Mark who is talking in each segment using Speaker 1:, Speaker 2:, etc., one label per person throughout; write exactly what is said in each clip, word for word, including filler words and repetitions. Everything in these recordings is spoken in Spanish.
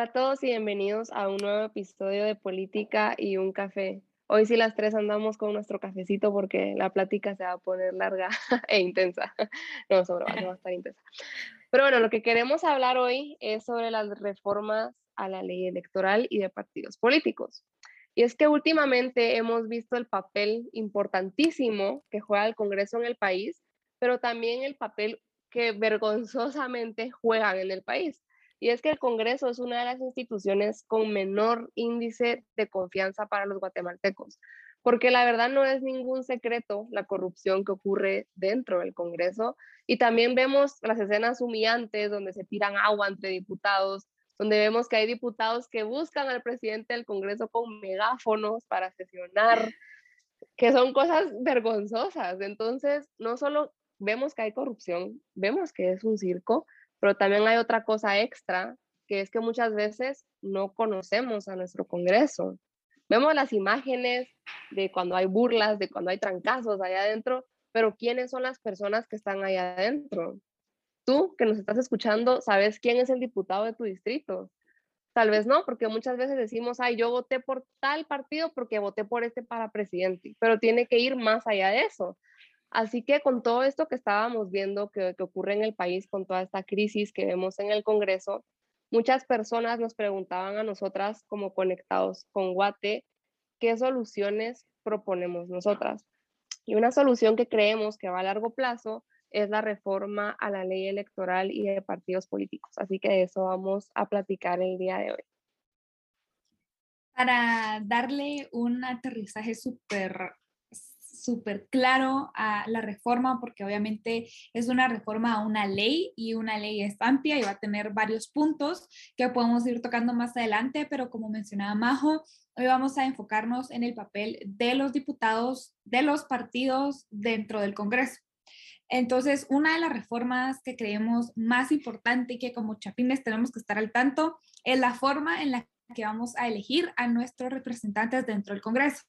Speaker 1: Hola a todos y bienvenidos a un nuevo episodio de Política y un café. Hoy sí las tres andamos con nuestro cafecito porque la plática se va a poner larga e intensa. No, sobre va, no va a estar intensa. Pero bueno, lo que queremos hablar hoy es sobre las reformas a la ley electoral y de partidos políticos. Y es que últimamente hemos visto el papel importantísimo que juega el Congreso en el país, pero también el papel que vergonzosamente juegan en el país. Y es que el Congreso es una de las instituciones con menor índice de confianza para los guatemaltecos, porque la verdad no es ningún secreto la corrupción que ocurre dentro del Congreso y también vemos las escenas humillantes donde se tiran agua entre diputados, donde vemos que hay diputados que buscan al presidente del Congreso con megáfonos para sesionar, que son cosas vergonzosas. Entonces, no solo vemos que hay corrupción, vemos que es un circo, pero también hay otra cosa extra, que es que muchas veces no conocemos a nuestro Congreso. Vemos las imágenes de cuando hay burlas, de cuando hay trancazos allá adentro, pero ¿quiénes son las personas que están allá adentro? Tú que nos estás escuchando, ¿sabes quién es el diputado de tu distrito? Tal vez no, porque muchas veces decimos, ay, yo voté por tal partido porque voté por este para presidente, pero tiene que ir más allá de eso. Así que con todo esto que estábamos viendo que, que ocurre en el país, con toda esta crisis que vemos en el Congreso, muchas personas nos preguntaban a nosotras como conectados con Guate, ¿qué soluciones proponemos nosotras? Y una solución que creemos que va a largo plazo es la reforma a la ley electoral y de partidos políticos. Así que de eso vamos a platicar el día de hoy.
Speaker 2: Para darle un aterrizaje súper súper claro a la reforma, porque obviamente es una reforma a una ley y una ley es amplia y va a tener varios puntos que podemos ir tocando más adelante, pero como mencionaba Majo, hoy vamos a enfocarnos en el papel de los diputados, de los partidos dentro del Congreso. Entonces, una de las reformas que creemos más importante y que como chapines tenemos que estar al tanto es la forma en la que vamos a elegir a nuestros representantes dentro del Congreso.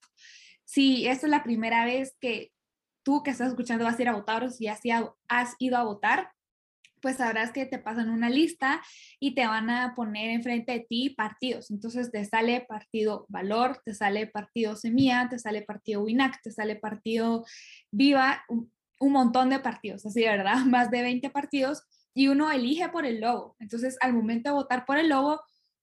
Speaker 2: Si esta es la primera vez que tú que estás escuchando vas a ir a votar o si has ido a votar, pues sabrás que te pasan una lista y te van a poner enfrente de ti partidos. Entonces te sale partido Valor, te sale partido Semilla, te sale partido WINAC, te sale partido Viva, un, un montón de partidos, así, ¿verdad? Más de veinte partidos y uno elige por el logo. Entonces al momento de votar por el logo,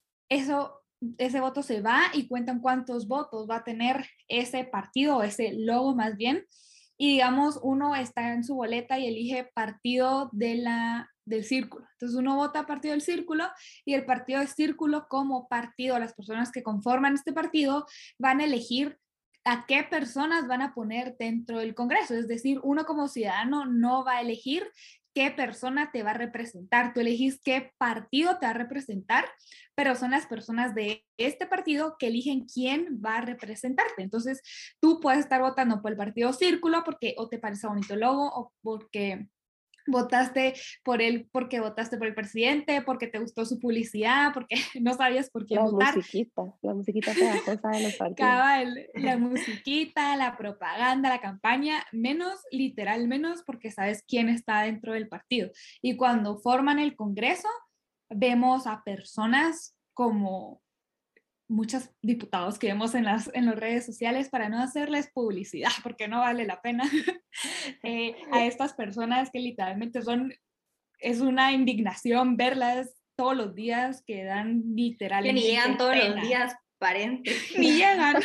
Speaker 2: eso, ese voto se va y cuentan cuántos votos va a tener ese partido o ese logo más bien. Y digamos, uno está en su boleta y elige partido de la, del círculo. Entonces uno vota partido del círculo y el partido del círculo como partido, las personas que conforman este partido van a elegir a qué personas van a poner dentro del Congreso. Es decir, uno como ciudadano no va a elegir qué persona te va a representar. Tú elegís qué partido te va a representar, pero son las personas de este partido que eligen quién va a representarte. Entonces, tú puedes estar votando por el partido Círculo porque o te parece bonito el logo o porque votaste por él porque votaste por el presidente, porque te gustó su publicidad, porque no sabías por quién
Speaker 1: La
Speaker 2: votar.
Speaker 1: musiquita, la musiquita pegajosa de los partidos.
Speaker 2: Cabal, la musiquita, la propaganda, la campaña, menos literal, menos porque sabes quién está dentro del partido. Y cuando forman el Congreso, vemos a personas como muchos diputados que vemos en las, en las redes sociales para no hacerles publicidad, porque no vale la pena, eh, a estas personas que literalmente son, es una indignación verlas todos los días que dan
Speaker 3: Que ni llegan
Speaker 2: literalmente
Speaker 3: todos
Speaker 2: pena.
Speaker 3: los días, parente.
Speaker 2: Ni llegan,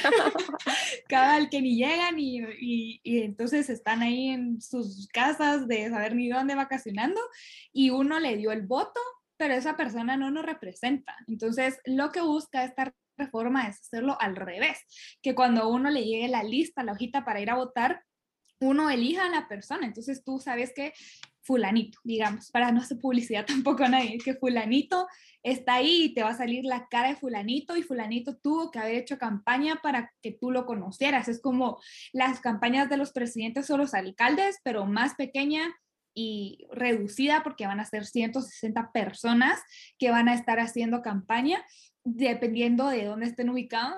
Speaker 2: cabal, que ni llegan y, y, y entonces están ahí en sus casas de saber ni dónde vacacionando y uno le dio el voto, pero esa persona no nos representa. Entonces, lo que busca esta reforma es hacerlo al revés, que cuando uno le llegue la lista, la hojita para ir a votar, uno elija a la persona. Entonces tú sabes que fulanito, digamos, para no hacer publicidad tampoco a nadie, que fulanito está ahí y te va a salir la cara de fulanito y fulanito tuvo que haber hecho campaña para que tú lo conocieras. Es como las campañas de los presidentes o los alcaldes, pero más pequeña y reducida porque van a ser ciento sesenta personas que van a estar haciendo campaña dependiendo de dónde estén ubicados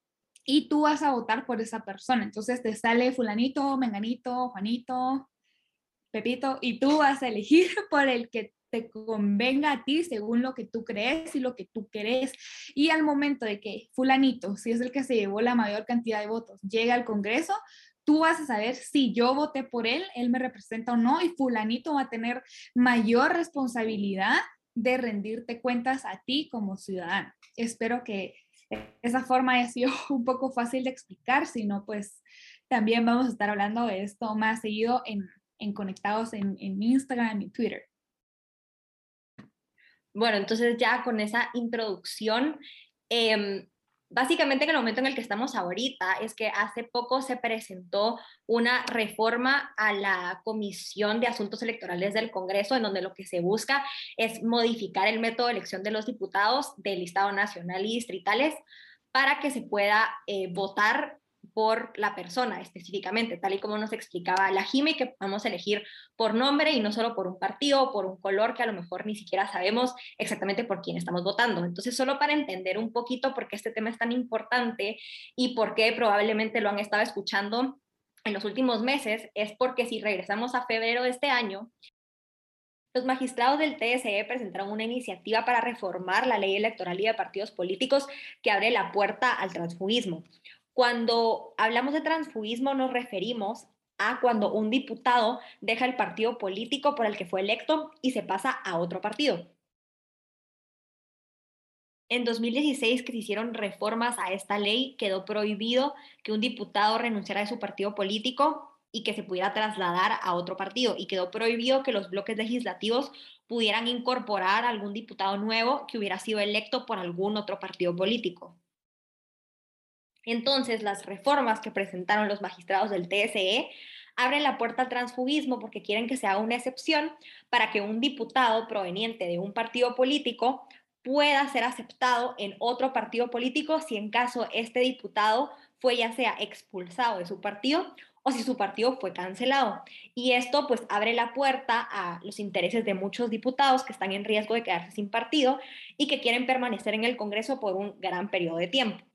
Speaker 2: y tú vas a votar por esa persona. Entonces te sale fulanito, menganito, Juanito, Pepito, y tú vas a elegir por el que te convenga a ti según lo que tú crees y lo que tú querés. Y al momento de que fulanito, si es el que se llevó la mayor cantidad de votos, llega al Congreso, tú vas a saber si yo voté por él, él me representa o no, y fulanito va a tener mayor responsabilidad de rendirte cuentas a ti como ciudadano. Espero que esa forma haya sido un poco fácil de explicar, si no, pues también vamos a estar hablando de esto más seguido en, en Conectados en, en Instagram y Twitter.
Speaker 3: Bueno, entonces ya con esa introducción, eh, básicamente en el momento en el que estamos ahorita es que hace poco se presentó una reforma a la Comisión de Asuntos Electorales del Congreso, en donde lo que se busca es modificar el método de elección de los diputados del listado nacional y distritales para que se pueda eh, votar por la persona específicamente, tal y como nos explicaba la Jime, que vamos a elegir por nombre y no solo por un partido o por un color que a lo mejor ni siquiera sabemos exactamente por quién estamos votando. Entonces, solo para entender un poquito por qué este tema es tan importante y por qué probablemente lo han estado escuchando en los últimos meses, es porque si regresamos a febrero de este año, los magistrados del T S E presentaron una iniciativa para reformar la ley electoral y de partidos políticos que abre la puerta al transfugismo. Cuando hablamos de transfugismo nos referimos a cuando un diputado deja el partido político por el que fue electo y se pasa a otro partido. En dos mil dieciséis, que se hicieron reformas a esta ley, quedó prohibido que un diputado renunciara de su partido político y que se pudiera trasladar a otro partido, y quedó prohibido que los bloques legislativos pudieran incorporar a algún diputado nuevo que hubiera sido electo por algún otro partido político. Entonces, las reformas que presentaron los magistrados del T S E abren la puerta al transfugismo porque quieren que se haga una excepción para que un diputado proveniente de un partido político pueda ser aceptado en otro partido político si en caso este diputado fue ya sea expulsado de su partido o si su partido fue cancelado. Y esto pues abre la puerta a los intereses de muchos diputados que están en riesgo de quedarse sin partido y que quieren permanecer en el Congreso por un gran periodo de tiempo.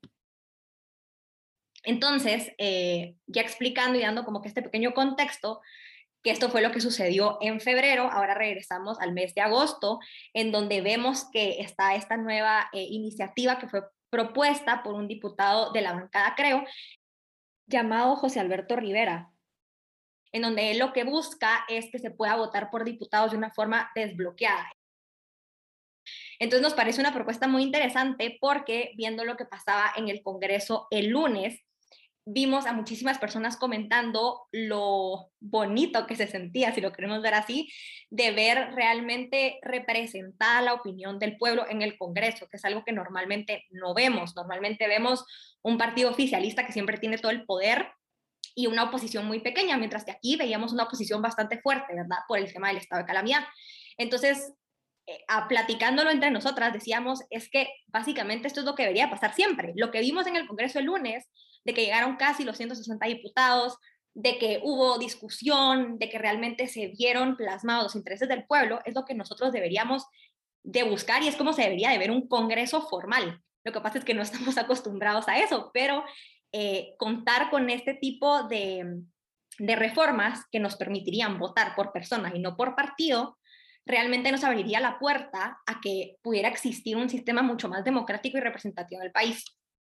Speaker 3: Entonces, eh, ya explicando y dando como que este pequeño contexto, que esto fue lo que sucedió en febrero, ahora regresamos al mes de agosto, en donde vemos que está esta nueva eh, iniciativa que fue propuesta por un diputado de la bancada, creo, llamado José Alberto Rivera, en donde él lo que busca es que se pueda votar por diputados de una forma desbloqueada. Entonces nos parece una propuesta muy interesante porque viendo lo que pasaba en el Congreso el lunes, vimos a muchísimas personas comentando lo bonito que se sentía, si lo queremos ver así, de ver realmente representada la opinión del pueblo en el Congreso, que es algo que normalmente no vemos. Normalmente vemos un partido oficialista que siempre tiene todo el poder y una oposición muy pequeña, mientras que aquí veíamos una oposición bastante fuerte, ¿verdad? Por el tema del estado de calamidad. Entonces, eh, a, platicándolo entre nosotras, decíamos, es que básicamente esto es lo que debería pasar siempre. Lo que vimos en el Congreso el lunes, de que llegaron casi los ciento sesenta diputados, de que hubo discusión, de que realmente se vieron plasmados los intereses del pueblo, es lo que nosotros deberíamos de buscar y es como se debería de ver un Congreso formal. Lo que pasa es que no estamos acostumbrados a eso, pero eh, contar con este tipo de, de reformas que nos permitirían votar por persona y no por partido, realmente nos abriría la puerta a que pudiera existir un sistema mucho más democrático y representativo del país.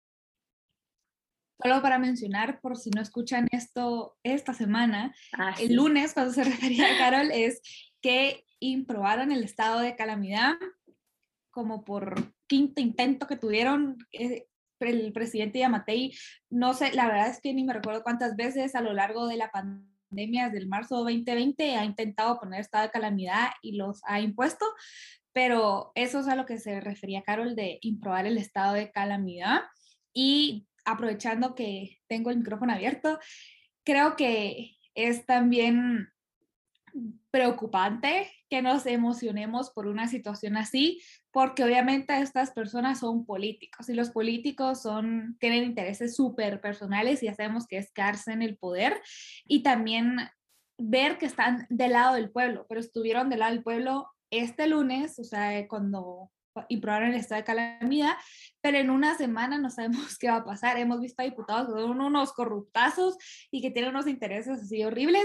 Speaker 2: Solo para mencionar, por si no escuchan esto esta semana,
Speaker 3: ah, sí.
Speaker 2: el lunes, cuando se refería a Carol, es que improbaron el estado de calamidad como por quinto intento que tuvieron eh, el presidente Yamatei. No sé, la verdad es que ni me recuerdo cuántas veces a lo largo de la pandemia, desde el marzo veinte veinte, ha intentado poner estado de calamidad y los ha impuesto, pero eso es a lo que se refería Carol de improbar el estado de calamidad. Y aprovechando que tengo el micrófono abierto, creo que es también preocupante que nos emocionemos por una situación así, porque obviamente estas personas son políticos y los políticos son, tienen intereses súper personales y ya sabemos que es quedarse en el poder y también ver que están del lado del pueblo, pero estuvieron del lado del pueblo este lunes, o sea, cuando improbaron el estado de calamidad, pero en una semana no sabemos qué va a pasar. Hemos visto a diputados que son unos corruptazos y que tienen unos intereses así horribles,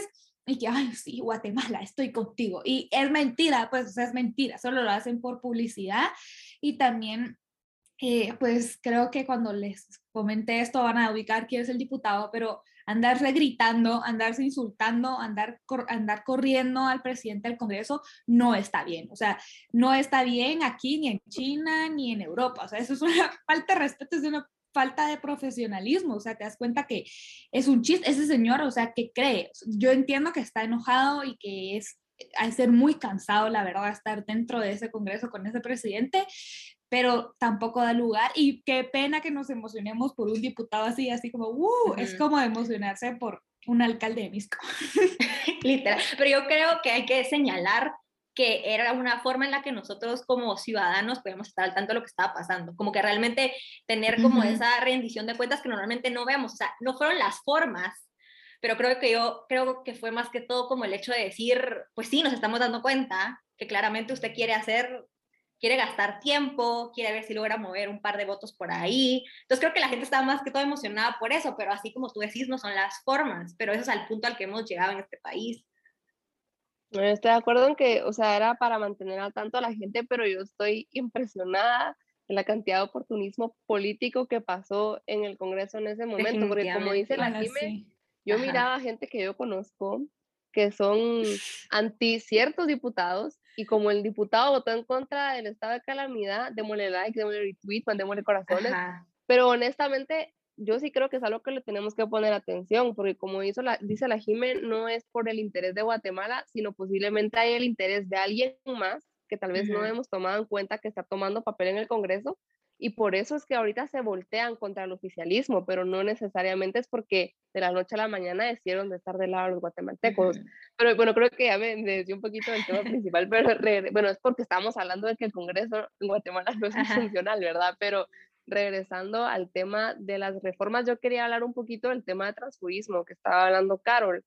Speaker 2: y que, ay, sí, Guatemala, estoy contigo. Y es mentira, pues, o sea, es mentira, solo lo hacen por publicidad. Y también, eh, pues, creo que cuando les comente esto van a ubicar quién es el diputado, pero andarse gritando, andarse insultando, andar, cor andar corriendo al presidente del Congreso no está bien. O sea, no está bien aquí, ni en China, ni en Europa. O sea, eso es una falta de respeto, es una falta de profesionalismo. O sea, te das cuenta que es un chiste. Ese señor, o sea, ¿qué cree? Yo entiendo que está enojado y que es a ser muy cansado, la verdad, estar dentro de ese Congreso con ese presidente, pero tampoco da lugar. Y qué pena que nos emocionemos por un diputado así, así como, uh, uh-huh. Es como emocionarse por un alcalde de Misco.
Speaker 3: Literal, pero yo creo que hay que señalar que era una forma en la que nosotros como ciudadanos podíamos estar al tanto de lo que estaba pasando, como que realmente tener como uh-huh. esa rendición de cuentas que normalmente no vemos, o sea, no fueron las formas, pero creo que yo creo que fue más que todo como el hecho de decir, pues sí, nos estamos dando cuenta que claramente usted quiere hacer, quiere gastar tiempo, quiere ver si logra mover un par de votos por ahí, entonces creo que la gente estaba más que todo emocionada por eso, pero así como tú decís, no son las formas, pero eso es al punto al que hemos llegado en este país.
Speaker 1: Bueno, estoy de acuerdo en que, o sea, era para mantener al tanto a la gente, pero yo estoy impresionada de la cantidad de oportunismo político que pasó en el Congreso en ese momento, porque como dice la Jime, sí. yo Ajá. miraba gente que yo conozco que son anti ciertos diputados, y como el diputado votó en contra del estado de calamidad, démosle like, démosle retweet, mandémosle corazones, Ajá. pero honestamente yo sí creo que es algo que le tenemos que poner atención, porque como hizo la, dice la Jime, no es por el interés de Guatemala, sino posiblemente hay el interés de alguien más que tal vez uh-huh. no hemos tomado en cuenta que está tomando papel en el Congreso, y por eso es que ahorita se voltean contra el oficialismo, pero no necesariamente es porque de la noche a la mañana decidieron de estar del lado de los guatemaltecos. Uh-huh. Pero bueno, creo que ya me desvié un poquito del tema principal, pero re, bueno, es porque estábamos hablando de que el Congreso en Guatemala no es uh-huh. funcional, ¿verdad? Pero regresando al tema de las reformas, yo quería hablar un poquito del tema de transfugismo que estaba hablando Carol,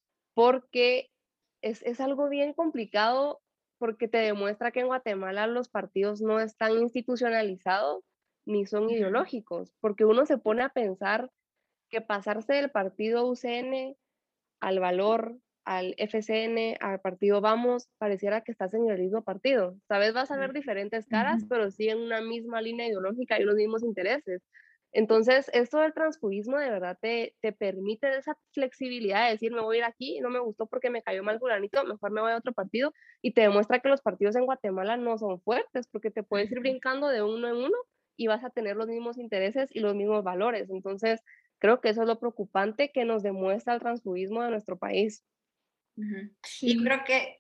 Speaker 1: porque es, es algo bien complicado, porque te demuestra que en Guatemala los partidos no están institucionalizados ni son uh-huh. ideológicos, porque uno se pone a pensar que pasarse del partido U C N al Valor, al F C N, al partido Vamos, pareciera que estás en el mismo partido. Sabes, vas a ver diferentes caras, uh-huh. pero sí en una misma línea ideológica y los mismos intereses. Entonces, esto del transfugismo de verdad te, te permite esa flexibilidad de decir, me voy a ir aquí, no me gustó porque me cayó mal fulanito, mejor me voy a otro partido, y te demuestra que los partidos en Guatemala no son fuertes, porque te puedes ir brincando de uno en uno y vas a tener los mismos intereses y los mismos valores. Entonces, creo que eso es lo preocupante que nos demuestra el transfugismo de nuestro país.
Speaker 3: Uh-huh. Sí. Yo creo que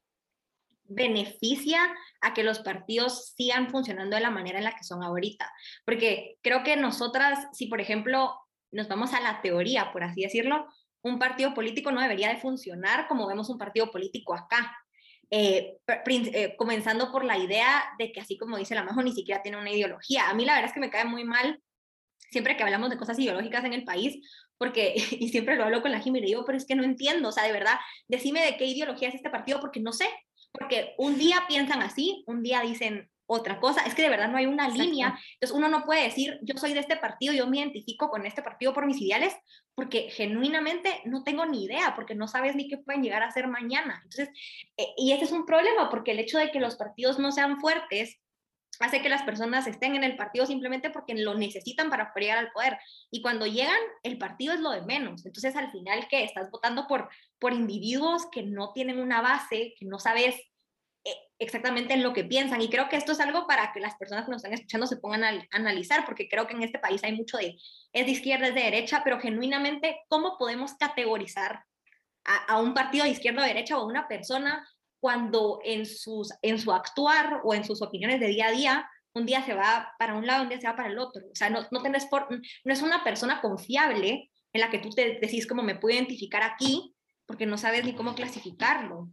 Speaker 3: beneficia a que los partidos sigan funcionando de la manera en la que son ahorita, porque creo que nosotras, si por ejemplo nos vamos a la teoría, por así decirlo, un partido político no debería de funcionar como vemos un partido político acá, eh, eh, comenzando por la idea de que así como dice la Majo, ni siquiera tiene una ideología. A mí la verdad es que me cae muy mal siempre que hablamos de cosas ideológicas en el país, porque, y siempre lo hablo con la Jimmy y le digo, pero es que no entiendo, o sea, de verdad, decime de qué ideología es este partido, porque no sé, porque un día piensan así, un día dicen otra cosa, es que de verdad no hay una Exacto. línea, entonces uno no puede decir, yo soy de este partido, yo me identifico con este partido por mis ideales, porque genuinamente no tengo ni idea, porque no sabes ni qué pueden llegar a ser mañana, entonces, eh, y ese es un problema, porque el hecho de que los partidos no sean fuertes, hace que las personas estén en el partido simplemente porque lo necesitan para llegar al poder. Y cuando llegan, el partido es lo de menos. Entonces, al final, ¿qué? Estás votando por, por individuos que no tienen una base, que no sabes exactamente en lo que piensan. Y creo que esto es algo para que las personas que nos están escuchando se pongan a analizar, porque creo que en este país hay mucho de, es de izquierda, es de derecha, pero genuinamente, ¿cómo podemos categorizar a, a un partido de izquierda o derecha o a una persona cuando en, sus, en su actuar o en sus opiniones de día a día, un día se va para un lado, un día se va para el otro? O sea, no, no, tenés por, no es una persona confiable en la que tú te decís cómo me puedo identificar aquí, porque no sabes ni cómo clasificarlo.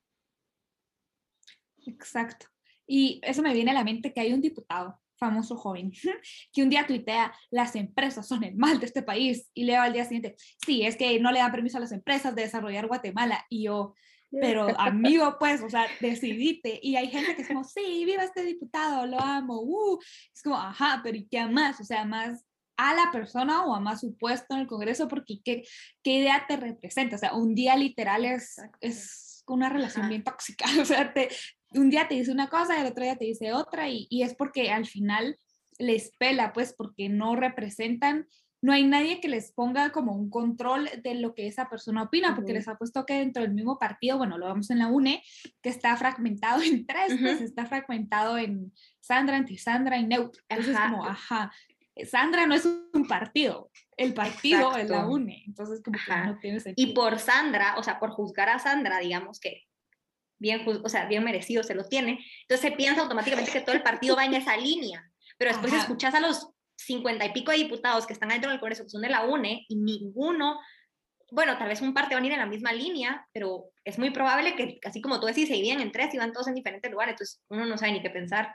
Speaker 2: Exacto. Y eso me viene a la mente que hay un diputado famoso joven que un día tuitea, las empresas son el mal de este país, y leo al día siguiente, sí, es que no le dan permiso a las empresas de desarrollar Guatemala, y yo, pero amigo, pues, o sea, decidite. Y hay gente que es como, sí, viva este diputado, lo amo, uh. Es como, ajá, pero ¿y qué más? O sea, más a la persona o a más su puesto en el Congreso, porque qué, qué idea te representa. O sea, un día literal es, es una relación
Speaker 3: Ajá.
Speaker 2: bien tóxica. O sea, te, un día te dice una cosa y el otro día te dice otra, y, y es porque al final les pela, pues, porque no representan, no hay nadie que les ponga como un control de lo que esa persona opina, porque
Speaker 3: Ujú.
Speaker 2: les ha puesto que dentro del mismo partido, bueno, lo vemos en la UNE, que está fragmentado en tres, pues
Speaker 3: Ujú.
Speaker 2: está fragmentado en Sandra, anti-Sandra y neutro. Entonces,
Speaker 3: Ajá.
Speaker 2: como, ajá, Sandra no es un partido, el partido es la
Speaker 3: Exacto.
Speaker 2: UNE, entonces como que
Speaker 3: Ajá.
Speaker 2: no tiene
Speaker 3: Y
Speaker 2: sentido.
Speaker 3: por Sandra, o sea, por juzgar a Sandra, digamos que bien, juz- o sea, bien merecido se lo tiene, entonces se piensa automáticamente que todo el partido va en esa línea, pero después
Speaker 2: Ajá.
Speaker 3: escuchas a los cincuenta y pico de diputados que están dentro del Congreso, que son de la UNE, y ninguno, bueno, tal vez un par te van a ir en la misma línea, pero es muy probable que, así como tú decís, se dividen en tres y van todos en diferentes lugares, entonces uno no sabe ni qué pensar.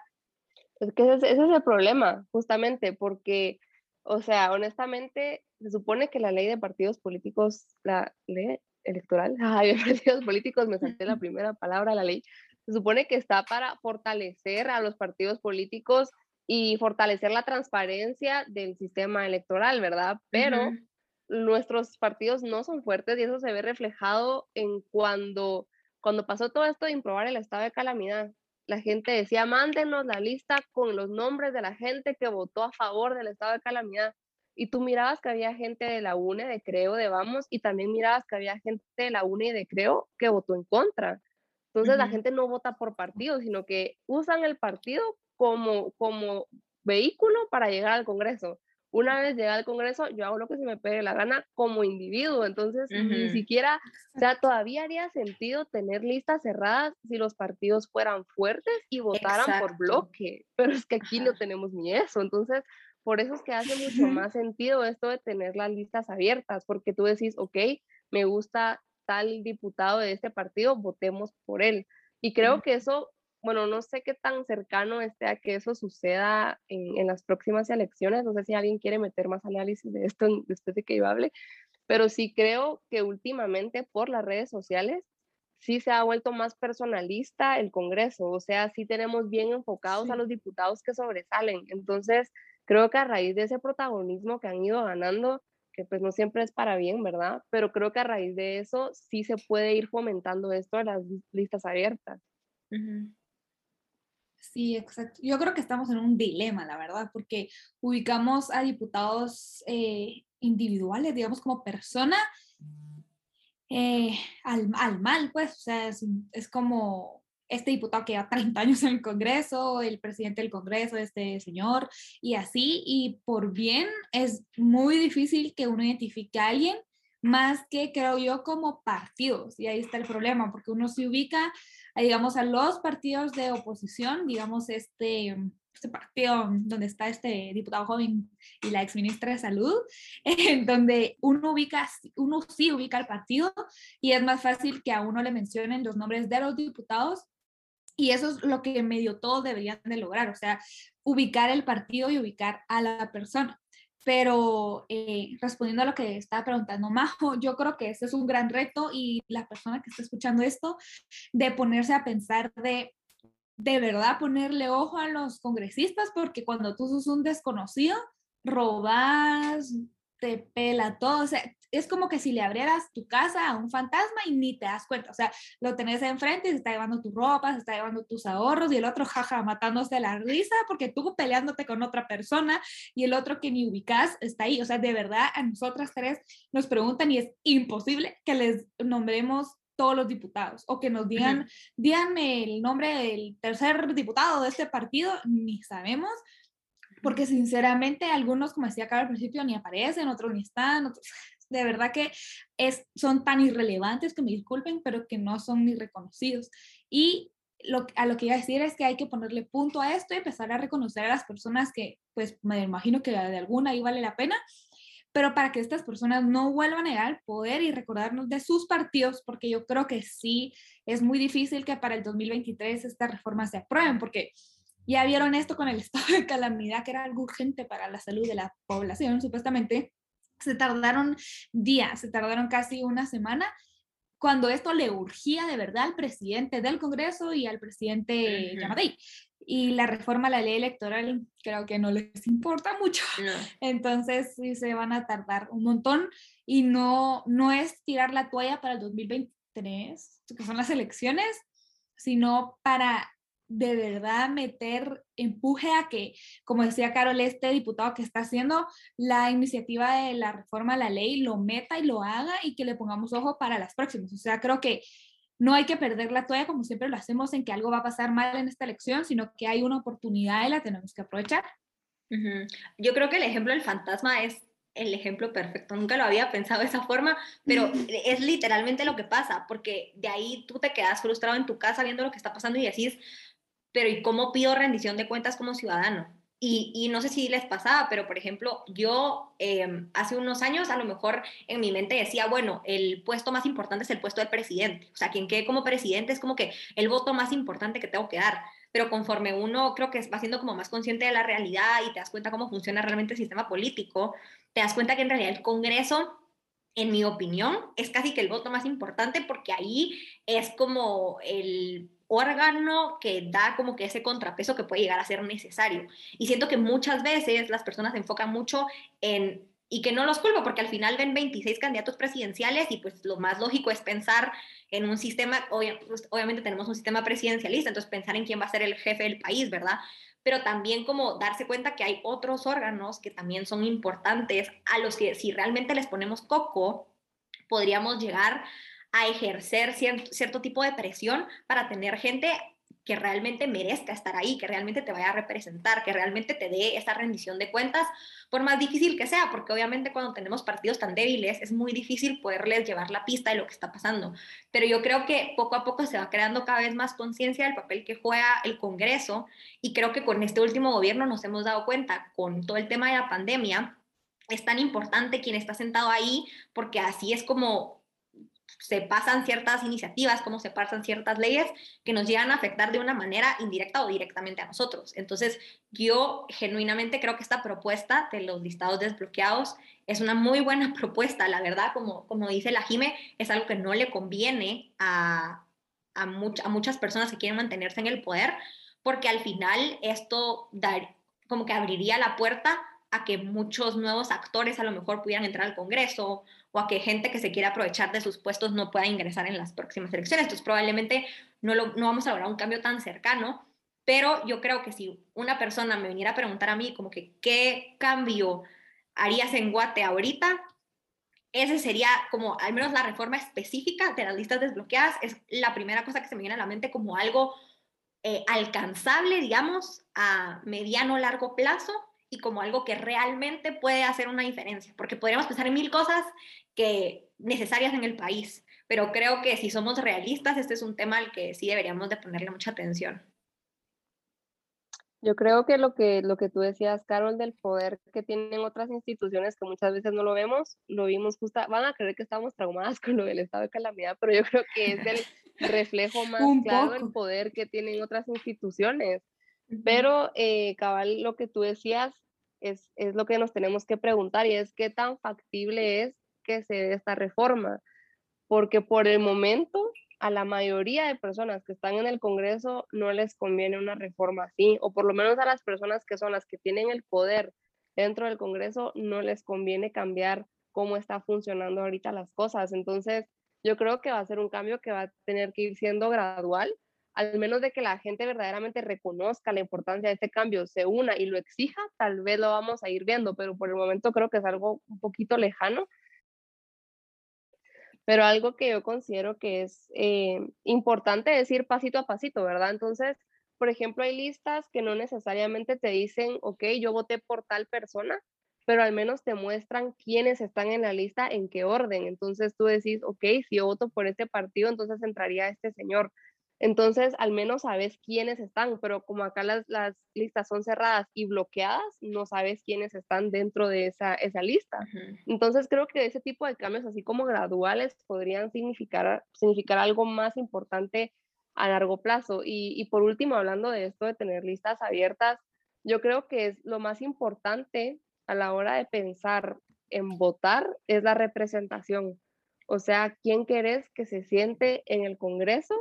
Speaker 1: Es que ese, es ese es el problema, justamente, porque, o sea, honestamente, se supone que la ley de partidos políticos, la ley electoral, ay, de partidos políticos, me salté la primera palabra, la ley, se supone que está para fortalecer a los partidos políticos y fortalecer la transparencia del sistema electoral, ¿verdad? Pero
Speaker 3: Ujú.
Speaker 1: nuestros partidos no son fuertes y eso se ve reflejado en cuando, cuando pasó todo esto de improbar el estado de calamidad. La gente decía, mándenos la lista con los nombres de la gente que votó a favor del estado de calamidad. Y tú mirabas que había gente de la UNE, de Creo, de Vamos, y también mirabas que había gente de la UNE y de Creo que votó en contra. Entonces la
Speaker 3: Ujú.
Speaker 1: gente no vota por partido, sino que usan el partido como, como vehículo para llegar al Congreso. Una vez llegada al Congreso, yo hago lo que se me pegue la gana como individuo, entonces ni
Speaker 3: Ujú.
Speaker 1: siquiera, o sea, todavía haría sentido tener listas cerradas si los partidos fueran fuertes y votaran por
Speaker 3: Exacto.
Speaker 1: bloque, pero es que aquí no
Speaker 3: Ajá.
Speaker 1: tenemos ni eso, entonces por eso es que hace mucho más sentido esto de tener las listas abiertas, porque tú decís, ok, me gusta tal diputado de este partido, votemos por él. Y creo que eso, bueno, no sé qué tan cercano esté a que eso suceda en, en las próximas elecciones, no sé si alguien quiere meter más análisis de esto después de que yo hable, pero sí creo que últimamente por las redes sociales sí se ha vuelto más personalista el Congreso, o sea, sí tenemos bien enfocados a
Speaker 2: Sí.
Speaker 1: los diputados que sobresalen. Entonces, creo que a raíz de ese protagonismo que han ido ganando, que pues no siempre es para bien, ¿verdad? Pero creo que a raíz de eso sí se puede ir fomentando esto de las listas abiertas.
Speaker 3: Ujú.
Speaker 2: Sí, exacto. Yo creo que estamos en un dilema, la verdad, porque ubicamos a diputados eh, individuales, digamos, como persona eh, al, al mal, pues, o sea, es, es como este diputado que lleva treinta años en el Congreso, el presidente del Congreso, este señor, y así, y por bien es muy difícil que uno identifique a alguien más que, creo yo, como partidos, y ahí está el problema, porque uno se ubica, a, digamos, a los partidos de oposición, digamos, este, este partido donde está este diputado joven y la exministra de Salud, en donde uno ubica, uno sí ubica el partido y es más fácil que a uno le mencionen los nombres de los diputados, y eso es lo que medio todos deberían de lograr, o sea, ubicar el partido y ubicar a la persona. Pero eh, respondiendo a lo que estaba preguntando Majo, yo creo que este es un gran reto y la persona que está escuchando esto, de ponerse a pensar de de verdad ponerle ojo a los congresistas, porque cuando tú sos un desconocido, robas, te pela todo, o sea, es como que si le abrieras tu casa a un fantasma y ni te das cuenta, o sea, lo tenés enfrente y se está llevando tu ropa, se está llevando tus ahorros y el otro jaja matándose de la risa porque tú peleándote con otra persona y el otro que ni ubicas está ahí, o sea, de verdad a nosotras tres nos preguntan y es imposible que les nombremos todos los diputados o que nos digan, díganme el nombre del tercer diputado de este partido, ni sabemos, porque sinceramente algunos, como decía acá al principio, ni aparecen, otros ni están, otros, de verdad que es, son tan irrelevantes que me disculpen, pero que no son ni reconocidos. Y lo, a lo que iba a decir es que hay que ponerle punto a esto y empezar a reconocer a las personas que, pues me imagino que de alguna ahí vale la pena, pero para que estas personas no vuelvan a llegar al poder y recordarnos de sus partidos, porque yo creo que sí es muy difícil que para el dos mil veintitrés estas reformas se aprueben, porque ya vieron esto con el estado de calamidad, que era algo urgente para la salud de la población, supuestamente. Se tardaron días, se tardaron casi una semana, cuando esto le urgía de verdad al presidente del Congreso y al presidente
Speaker 3: Ujú.
Speaker 2: Yamatei. y la reforma a la ley electoral creo que no les importa mucho.
Speaker 3: No.
Speaker 2: Entonces sí se van a tardar un montón y no, no es tirar la toalla para el dos mil veintitrés, que son las elecciones, sino para de verdad meter empuje a que, como decía Carol, este diputado que está haciendo la iniciativa de la reforma a la ley lo meta y lo haga y que le pongamos ojo para las próximas. O sea, creo que no hay que perder la toalla como siempre lo hacemos en que algo va a pasar mal en esta elección, sino que hay una oportunidad y la tenemos que aprovechar.
Speaker 3: Uh-huh. Yo creo que el ejemplo del fantasma es el ejemplo perfecto. Nunca lo había pensado de esa forma, pero es literalmente lo que pasa, porque de ahí tú te quedas frustrado en tu casa viendo lo que está pasando y decís, pero ¿y cómo pido rendición de cuentas como ciudadano? Y, y no sé si les pasaba, pero por ejemplo, yo eh, hace unos años a lo mejor en mi mente decía, bueno, el puesto más importante es el puesto del presidente. O sea, quien quede como presidente es como que el voto más importante que tengo que dar. Pero conforme uno creo que va siendo como más consciente de la realidad y te das cuenta cómo funciona realmente el sistema político, te das cuenta que en realidad el Congreso, en mi opinión, es casi que el voto más importante porque ahí es como el órgano que da como que ese contrapeso que puede llegar a ser necesario. Y siento que muchas veces las personas se enfocan mucho en, y que no los culpo, porque al final ven veintiséis candidatos presidenciales y pues lo más lógico es pensar en un sistema, ob- pues, obviamente tenemos un sistema presidencialista, entonces pensar en quién va a ser el jefe del país, ¿verdad? Pero también como darse cuenta que hay otros órganos que también son importantes a los que si realmente les ponemos coco, podríamos llegar a ejercer cierto, cierto tipo de presión para tener gente que realmente merezca estar ahí, que realmente te vaya a representar, que realmente te dé esa rendición de cuentas, por más difícil que sea, porque obviamente cuando tenemos partidos tan débiles es muy difícil poderles llevar la pista de lo que está pasando. Pero yo creo que poco a poco se va creando cada vez más conciencia del papel que juega el Congreso y creo que con este último gobierno nos hemos dado cuenta, con todo el tema de la pandemia, es tan importante quien está sentado ahí, porque así es como se pasan ciertas iniciativas, como se pasan ciertas leyes que nos llegan a afectar de una manera indirecta o directamente a nosotros. Entonces, yo genuinamente creo que esta propuesta de los listados desbloqueados es una muy buena propuesta, la verdad, como, como dice la Jime, es algo que no le conviene a, a, much, a muchas personas que quieren mantenerse en el poder, porque al final esto dar, como que abriría la puerta a que muchos nuevos actores a lo mejor pudieran entrar al Congreso o a que gente que se quiera aprovechar de sus puestos no pueda ingresar en las próximas elecciones. Entonces probablemente no, lo, no vamos a lograr un cambio tan cercano, pero yo creo que si una persona me viniera a preguntar a mí como que qué cambio harías en Guate ahorita, ese sería como al menos la reforma específica de las listas desbloqueadas, es la primera cosa que se me viene a la mente como algo eh, alcanzable, digamos, a mediano o largo plazo y como algo que realmente puede hacer una diferencia, porque podríamos pensar en mil cosas que necesarias en el país, pero creo que si somos realistas, este es un tema al que sí deberíamos de ponerle mucha atención.
Speaker 1: Yo creo que lo que lo que tú decías, Carol, del poder que tienen otras instituciones que muchas veces no lo vemos, lo vimos justa van a creer que estamos traumadas con lo del estado de calamidad, pero yo creo que es el reflejo más
Speaker 2: Un
Speaker 1: claro del
Speaker 2: poco.
Speaker 1: poder que tienen otras instituciones.
Speaker 3: Uh-huh.
Speaker 1: Pero, eh, cabal, lo que tú decías es es lo que nos tenemos que preguntar, y es, ¿qué tan factible es que se dé esta reforma? Porque por el momento a la mayoría de personas que están en el Congreso no les conviene una reforma así, o por lo menos a las personas que son las que tienen el poder dentro del Congreso no les conviene cambiar cómo está funcionando ahorita las cosas. Entonces, yo creo que va a ser un cambio que va a tener que ir siendo gradual, al menos de que la gente verdaderamente reconozca la importancia de este cambio, se una y lo exija, tal vez lo vamos a ir viendo, pero por el momento creo que es algo un poquito lejano. Pero algo que yo considero que es eh, importante es ir pasito a pasito, ¿verdad? Entonces, por ejemplo, hay listas que no necesariamente te dicen, ok, yo voté por tal persona, pero al menos te muestran quiénes están en la lista, en qué orden. Entonces tú decís, ok, si yo voto por este partido, entonces entraría este señor. Entonces, al menos sabes quiénes están, pero como acá las, las listas son cerradas y bloqueadas, no sabes quiénes están dentro de esa, esa lista.
Speaker 3: Uh-huh.
Speaker 1: Entonces creo que ese tipo de cambios, así como graduales, podrían significar, significar algo más importante a largo plazo. Y, y por último, hablando de esto de tener listas abiertas, yo creo que es lo más importante a la hora de pensar en votar es la representación. O sea, ¿quién querés que se siente en el Congreso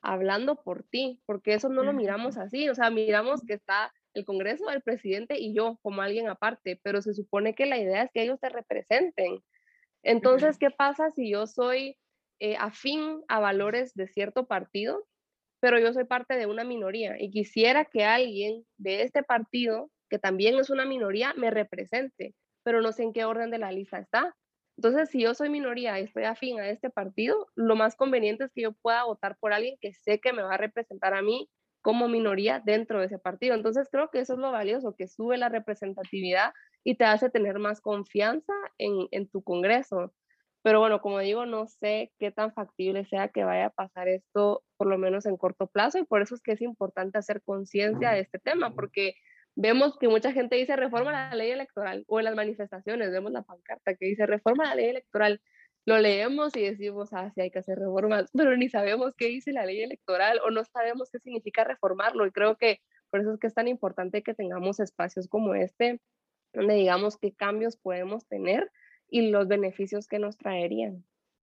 Speaker 1: hablando por ti, porque eso no lo miramos así, o sea, miramos que está el Congreso, el presidente y yo como alguien aparte, pero se supone que la idea es que ellos te representen. Entonces, ¿qué pasa si yo soy eh, afín a valores de cierto partido, pero yo soy parte de una minoría y quisiera que alguien de este partido, que también es una minoría, me represente, pero no sé en qué orden de la lista está? Entonces, si yo soy minoría y estoy afín a este partido, lo más conveniente es que yo pueda votar por alguien que sé que me va a representar a mí como minoría dentro de ese partido. Entonces, creo que eso es lo valioso, que sube la representatividad y te hace tener más confianza en, en tu Congreso. Pero bueno, como digo, no sé qué tan factible sea que vaya a pasar esto, por lo menos en corto plazo, y por eso es que es importante hacer conciencia de este tema, porque vemos que mucha gente dice reforma la ley electoral, o en las manifestaciones vemos la pancarta que dice reforma la ley electoral, lo leemos y decimos, ah, sí hay que hacer reformas, pero ni sabemos qué dice la ley electoral o no sabemos qué significa reformarlo, y creo que por eso es que es tan importante que tengamos espacios como este, donde digamos qué cambios podemos tener y los beneficios que nos traerían.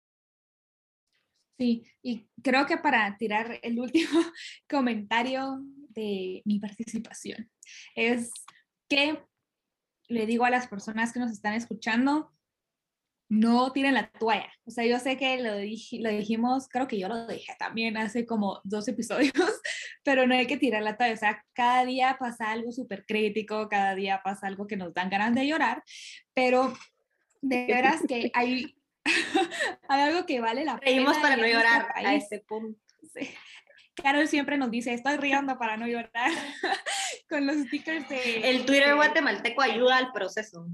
Speaker 2: Sí, y creo que para tirar el último comentario de mi participación es que le digo a las personas que nos están escuchando, no tiren la toalla. O sea, yo sé que lo, dij lo dijimos, creo que yo lo dije también hace como dos episodios, pero no hay que tirar la toalla. O sea, cada día pasa algo súper crítico, cada día pasa algo que nos dan ganas de llorar, pero de veras que hay, hay algo que vale la
Speaker 3: Reímos
Speaker 2: pena
Speaker 3: para no
Speaker 2: en
Speaker 3: llorar
Speaker 2: nuestro
Speaker 3: a
Speaker 2: país.
Speaker 3: este punto.
Speaker 2: Sí. Carol siempre nos dice, estoy riendo para no llorar, con los stickers de...
Speaker 3: El Twitter
Speaker 2: de,
Speaker 3: guatemalteco ayuda al proceso.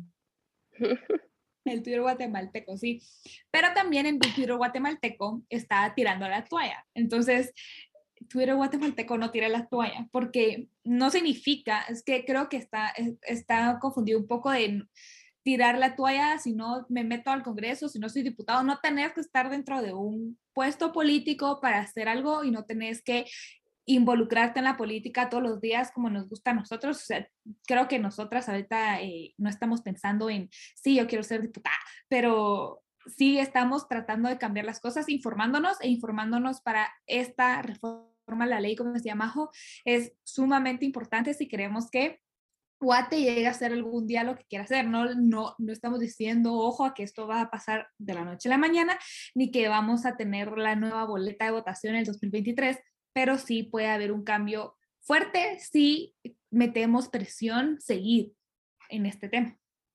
Speaker 2: El Twitter guatemalteco, sí. Pero también en el Twitter guatemalteco está tirando la toalla. Entonces, Twitter guatemalteco no tira la toalla, porque no significa, es que creo que está, está confundido un poco de tirar la toalla si no me meto al Congreso, si no soy diputado, no tenés que estar dentro de un puesto político para hacer algo y no tenés que involucrarte en la política todos los días como nos gusta a nosotros. O sea, creo que nosotras ahorita eh, no estamos pensando en, sí, yo quiero ser diputada, pero sí estamos tratando de cambiar las cosas, informándonos e informándonos para esta reforma a la ley, como decía Majo, es sumamente importante si queremos que Guate llegue a hacer algún día lo que quiera hacer. No, no, no estamos diciendo, ojo, a que esto va a pasar de la noche a la mañana, ni que vamos a tener la nueva boleta de votación en el dos mil veintitrés, pero sí puede haber un cambio fuerte si metemos presión, seguir en este tema.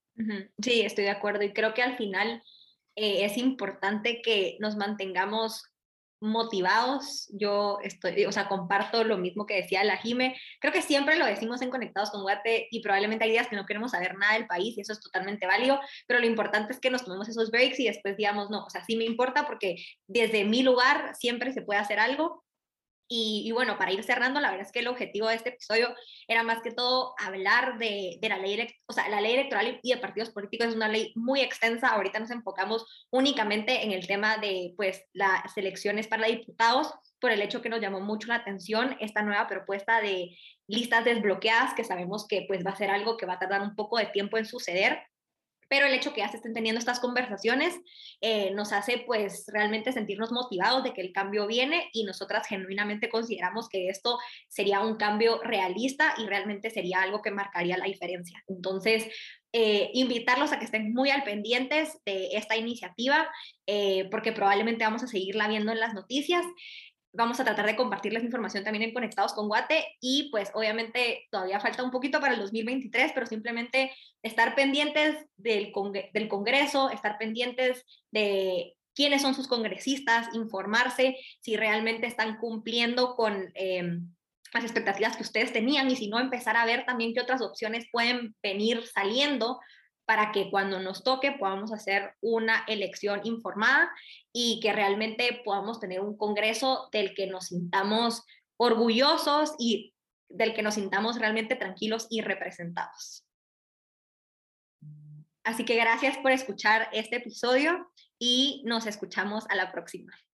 Speaker 3: Sí, estoy de acuerdo y creo que al final eh, es importante que nos mantengamos motivados. Yo estoy, o sea, comparto lo mismo que decía la Jime. Creo que siempre lo decimos en Conectados con Guate y probablemente hay días que no queremos saber nada del país y eso es totalmente válido, pero lo importante es que nos tomemos esos breaks y después digamos, no, o sea, sí me importa porque desde mi lugar siempre se puede hacer algo. Y, y, bueno, para ir cerrando, la verdad es que el objetivo de este episodio era más que todo hablar de, de la ley, o sea, la ley electoral y de partidos políticos es una ley muy extensa. Ahorita nos enfocamos únicamente en el tema de pues las elecciones para diputados, por el hecho que nos llamó mucho la atención esta nueva propuesta de listas desbloqueadas, que sabemos que pues va a ser algo que va a tardar un poco de tiempo en suceder. Pero el hecho que ya se estén teniendo estas conversaciones eh, nos hace pues realmente sentirnos motivados de que el cambio viene y nosotras genuinamente consideramos que esto sería un cambio realista y realmente sería algo que marcaría la diferencia. Entonces, eh, invitarlos a que estén muy al pendientes de esta iniciativa eh, porque probablemente vamos a seguirla viendo en las noticias. Vamos a tratar de compartirles información también en Conectados con Guate y pues obviamente todavía falta un poquito para el dos mil veintitrés, pero simplemente estar pendientes del, congre del Congreso, estar pendientes de quiénes son sus congresistas, informarse si realmente están cumpliendo con eh, las expectativas que ustedes tenían y si no, empezar a ver también qué otras opciones pueden venir saliendo para que cuando nos toque podamos hacer una elección informada y que realmente podamos tener un Congreso del que nos sintamos orgullosos y del que nos sintamos realmente tranquilos y representados. Así que gracias por escuchar este episodio y nos escuchamos a la próxima.